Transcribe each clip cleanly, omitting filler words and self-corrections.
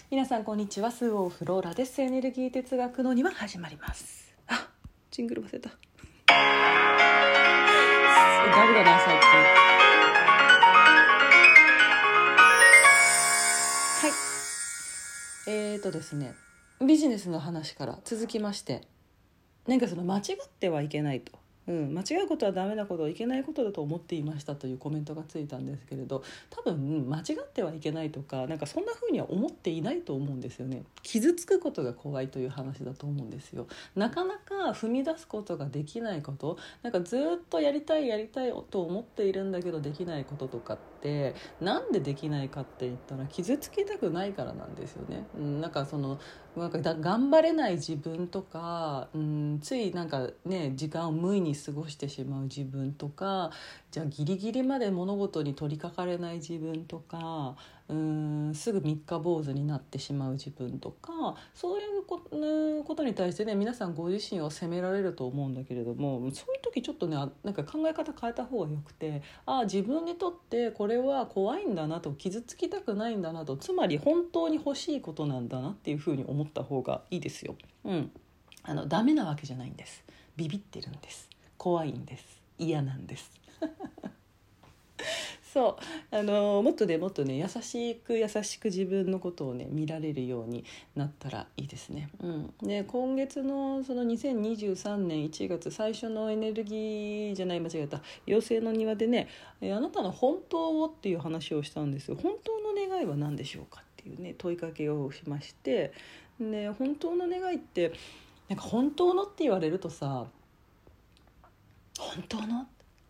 皆さんこんにちは、スーオーフローラです。エネルギー哲学の庭始まります。ジングル忘れた。ダメだな最近。ですね、ビジネスの話から続きまして、なんかその間違ってはいけないと、間違うことはダメなこと、いけないことだと思っていましたというコメントがついたんですけれど、多分間違ってはいけないとか、なんかそんな風には思っていないと思うんですよね。傷つくことが怖いという話だと思うんですよ。なかなか踏み出すことができないこと、なんかずっとやりたいと思っているんだけどできないこととかって、なんでできないかって言ったら傷つきたくないからなんですよね。なんか頑張れない自分とか、ついなんかね時間を無意に過ごしてしまう自分とか、じゃあギリギリまで物事に取り掛かれない自分とか、すぐ三日坊主になってしまう自分とか、そういうことに対してね、皆さんご自身を責められると思うんだけれども、そういう時ちょっとね、なんか考え方変えた方がよくて、自分にとってこれは怖いんだなと、傷つきたくないんだなと、つまり本当に欲しいことなんだなっていうふうに思った方がいいですよ。ダメなわけじゃないんです。ビビってるんです。怖いんです。嫌なんです。そうもっとね優しく自分のことをね見られるようになったらいいですね。で今月のその2023年1月最初のエネルギーじゃない、間違えた、妖精の庭でね、あなたの本当をっていう話をしたんですよ。本当の願いは何でしょうかっていうね問いかけをしまして、で本当の願いってなんか本当のって言われるとさ、本当の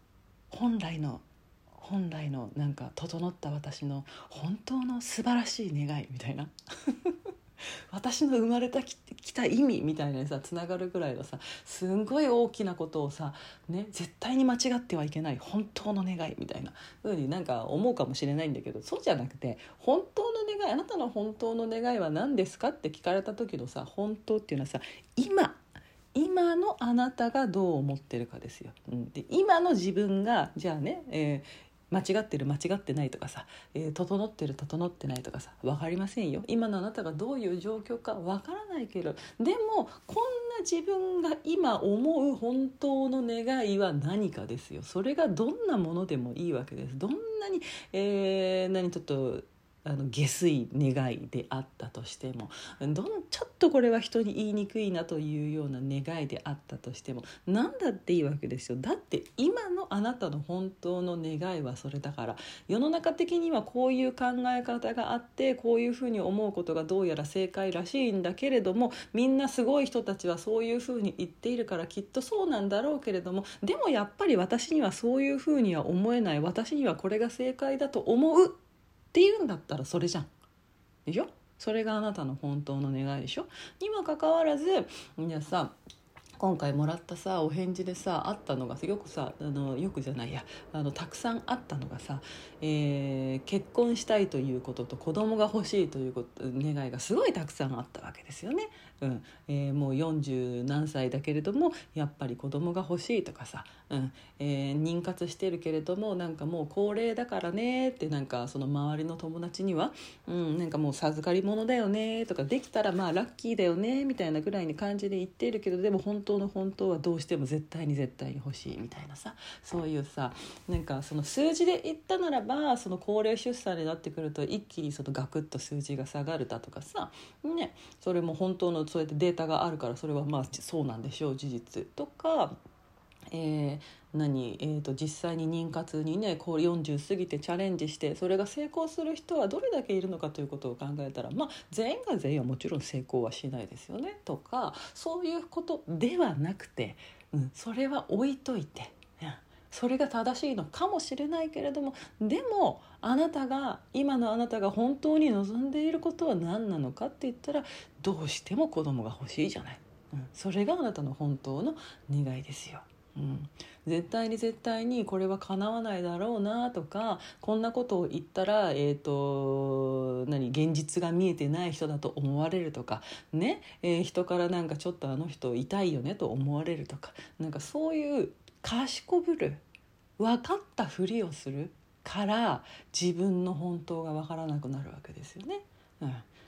本来のなんか整った私の本当の素晴らしい願いみたいな私の生まれたきた意味みたいなさつながるぐらいのさ、すんごい大きなことをさ、絶対に間違ってはいけない本当の願いみたいな風になんか思うかもしれないんだけど、そうじゃなくて、本当の願い、あなたの本当の願いは何ですかって聞かれた時のさ、本当っていうのはさ、今のあなたがどう思ってるかですよ。で今の自分がじゃあね、間違ってる間違ってないとかさ、整ってる整ってないとかさ、分かりませんよ。今のあなたがどういう状況か分からないけど、でもこんな自分が今思う本当の願いは何かですよ。それがどんなものでもいいわけです。どんなに、ちょっと下水願いであったとしても、ちょっとこれは人に言いにくいなというような願いであったとしても、何だっていいわけですよ。だって今のあなたの本当の願いはそれだから。世の中的にはこういう考え方があって、こういうふうに思うことがどうやら正解らしいんだけれども、みんなすごい人たちはそういうふうに言っているからきっとそうなんだろうけれども、でもやっぱり私にはそういうふうには思えない、私にはこれが正解だと思うっていうんだったらそれじゃんでしょ。それがあなたの本当の願いでしょ。にもかかわらず、じゃあさ、今回もらったさお返事でさあったのが、よくじゃないや、たくさんあったのがさ、結婚したいということと子供が欲しいという願いがすごいたくさんあったわけですよね。もう40何歳だけれどもやっぱり子供が欲しいとかさ、妊活してるけれどもなんかもう高齢だからねって、なんかその周りの友達には、なんかもう授かり物だよねとか、できたらまあラッキーだよねみたいなぐらいに感じで言っているけど、でも本当はどうしても絶対に欲しいみたいなさ、そういうさ、なんかその数字で言ったならば、その高齢出産になってくると一気にそのガクッと数字が下がるだとかさ、それも本当のそうやってデータがあるから、それはまあそうなんでしょう、事実とか、実際に妊活にねこう40過ぎてチャレンジして、それが成功する人はどれだけいるのかということを考えたら、全員が全員はもちろん成功はしないですよねとか、そういうことではなくて、それは置いといて、それが正しいのかもしれないけれども、でも今のあなたが本当に望んでいることは何なのかって言ったら、どうしても子供が欲しいじゃない。それがあなたの本当の願いですよ。絶対にこれは叶わないだろうなとか、こんなことを言ったら、現実が見えてない人だと思われるとかね、人からなんかちょっとあの人痛いよねと思われるとか、なんかそういう賢ぶる、分かったふりをするから自分の本当が分からなくなるわけですよね。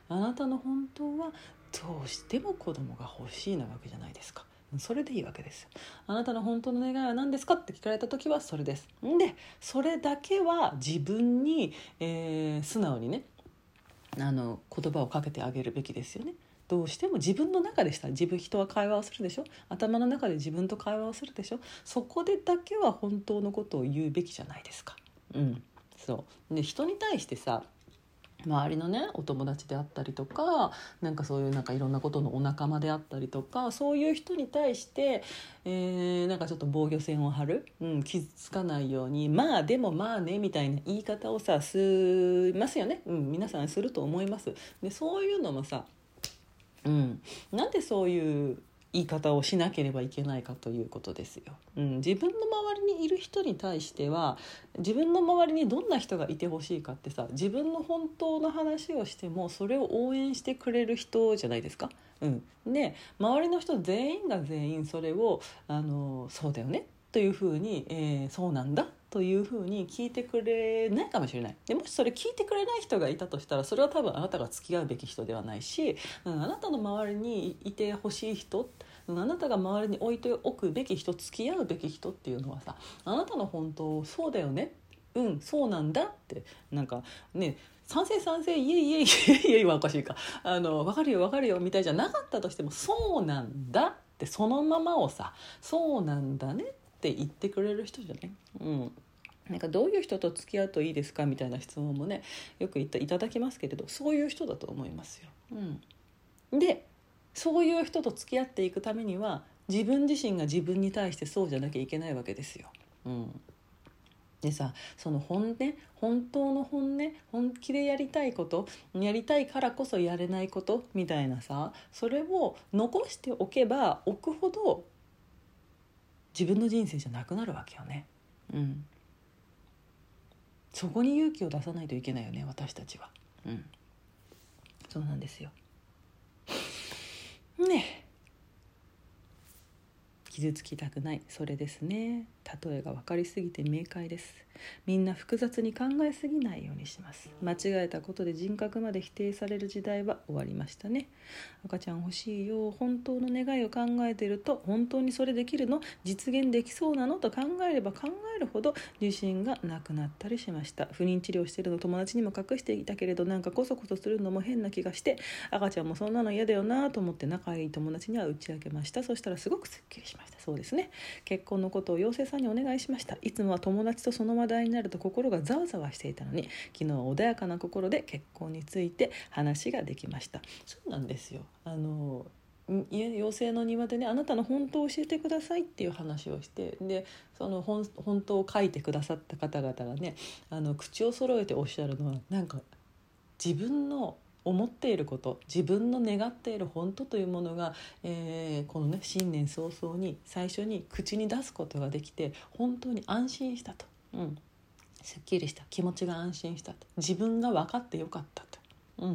あなたの本当はどうしても子供が欲しいなわけじゃないですか。それでいいわけですよ。あなたの本当の願いは何ですかって聞かれた時はそれです。でそれだけは自分に、素直にね言葉をかけてあげるべきですよね。どうしても自分の中でしたら人は会話をするでしょ。頭の中で自分と会話をするでしょ。そこでだけは本当のことを言うべきじゃないですか。そうで人に対してさ、周りのねお友達であったりとか、なんかそういうなんかいろんなことのお仲間であったりとか、そういう人に対して、なんかちょっと防御線を張る、傷つかないようにまあでもまあねみたいな言い方をさしますよね、皆さんすると思います。でそういうのもさ、なんでそういう言い方をしなければいけないかということですよ。自分の周りにいる人に対しては、自分の周りにどんな人がいてほしいかってさ、自分の本当の話をしてもそれを応援してくれる人じゃないですか。で周りの人全員が全員それをそうだよねというふうに、そうなんだというふうに聞いてくれないかもしれない。でもしそれ聞いてくれない人がいたとしたら、それは多分あなたが付き合うべき人ではないし、あなたの周りにいてほしい人、あなたが周りに置いておくべき人、付き合うべき人っていうのはさ、あなたの本当そうだよね、そうなんだってなんかね、賛成賛成イエイイエイイエイイエイはおかしいか、分かるよ分かるよみたいじゃなかったとしても、そうなんだってそのままをさ、そうなんだねって言ってくれる人じゃない。なんかどういう人と付き合うといいですかみたいな質問もねよくいただきますけれど、そういう人だと思いますよ。でそういう人と付き合っていくためには、自分自身が自分に対してそうじゃなきゃいけないわけですよ。でさ、その本当の本音、本気でやりたいこと、やりたいからこそやれないことみたいなさ、それを残しておけば置くほど自分の人生じゃなくなるわけよね。そこに勇気を出さないといけないよね、私たちは。そうなんですよね。傷つきたくない、それですね。例えが分かりすぎて明快です。みんな複雑に考えすぎないようにします。間違えたことで人格まで否定される時代は終わりましたね。赤ちゃん欲しいよ、本当の願いを考えていると、本当にそれできるの、実現できそうなのと考えれば考えるほど自信がなくなったりしました。不妊治療しているの友達にも隠していたけれど、なんかコソコソするのも変な気がして、赤ちゃんもそんなの嫌だよなと思って仲いい友達には打ち明けました。そしたらすごくすっきりしました。そうですね、結婚のことを妖精さんにお願いしました。いつもは友達とその話題になると心がざわざわしていたのに、昨日は穏やかな心で結婚について話ができました。そうなんですよ。妖精の庭でね、あなたの本当を教えてくださいっていう話をして、でその本当を書いてくださった方々がね、口を揃えておっしゃるのは、なんか自分の思っていること、自分の願っている本当というものが、このね新年早々に最初に口に出すことができて、本当に安心したと、すっきりした、気持ちが安心したと、自分が分かってよかったと。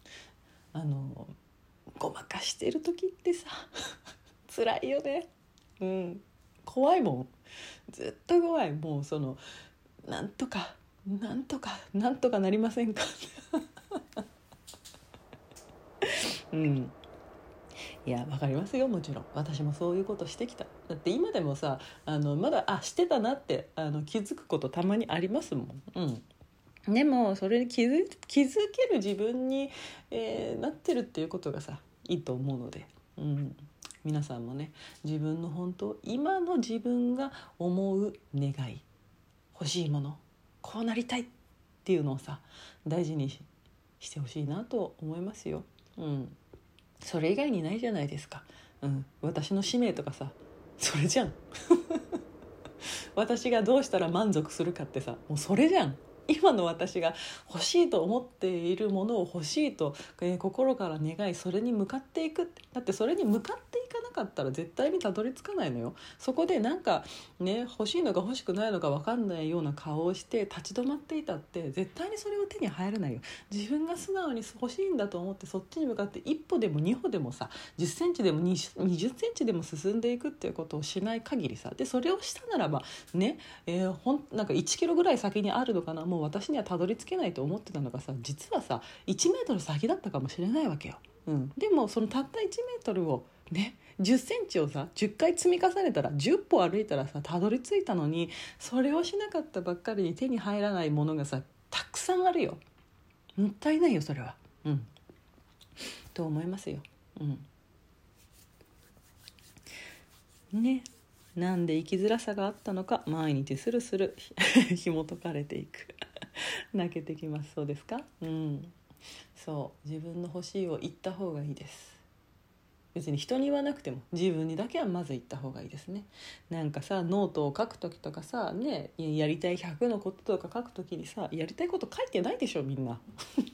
ごまかしてる時ってさ辛いよね。怖いもん、ずっと怖い。もうそのなんとかなりませんかいやわかりますよ、もちろん私もそういうことしてきた。だって今でもさまだしてたなって気づくことたまにありますもん。でもそれに気づける自分に、なってるっていうことがさいいと思うので、皆さんもね、自分の本当、今の自分が思う願い、欲しいもの、こうなりたいっていうのをさ大事にしてほしいなと思いますよ。それ以外にないじゃないですか。私の使命とかさそれじゃん私がどうしたら満足するかってさ、もうそれじゃん。今の私が欲しいと思っているものを欲しいと、心から願い、それに向かっていく。だってそれに向かっていかなかったら絶対にたどり着かないのよ。そこでなんかね、欲しいのか欲しくないのか分かんないような顔をして立ち止まっていたって絶対にそれを手に入らないよ。自分が素直に欲しいんだと思ってそっちに向かって一歩でも二歩でもさ、10センチでも20センチでも進んでいくっていうことをしない限りさ、でそれをしたならばね、なんか1キロぐらい先にあるのかな、ももう私にはたどり着けないと思ってたのがさ、実はさ1メートル先だったかもしれないわけよ。でもそのたった1メートルをね、10センチをさ10回積み重ねたら10歩歩いたらさたどり着いたのに、それをしなかったばっかりに手に入らないものがさたくさんあるよ。もったいないよそれは。と思いますよ。ね、なんで生きづらさがあったのか毎日スルスル紐解かれていく泣けてきます。そうですか。そう自分の欲しいを言った方がいいです。別に人に言わなくても自分にだけはまず言った方がいいですね。なんかさノートを書く時とかさね、やりたい100のこととか書く時にさ、やりたいこと書いてないでしょみんな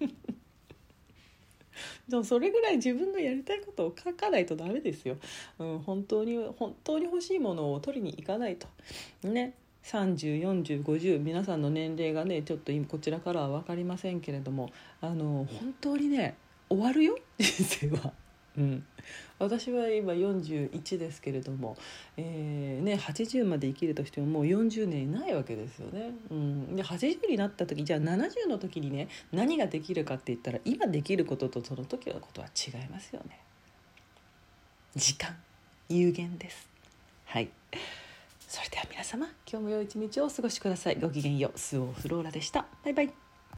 でもそれぐらい自分のやりたいことを書かないとダメですよ。本当に欲しいものを取りに行かないとね。304050皆さんの年齢がねちょっと今こちらからは分かりませんけれども、本当にね終わるよ人生は。私は今41ですけれども、80まで生きるとしてももう40年いないわけですよね。で80になった時、じゃあ70の時にね何ができるかって言ったら、今できることとその時のことは違いますよね。時間有限です。はい、それでは皆様今日も良い一日をお過ごしください。ごきげんよう。スオフローラでした。バイバイ。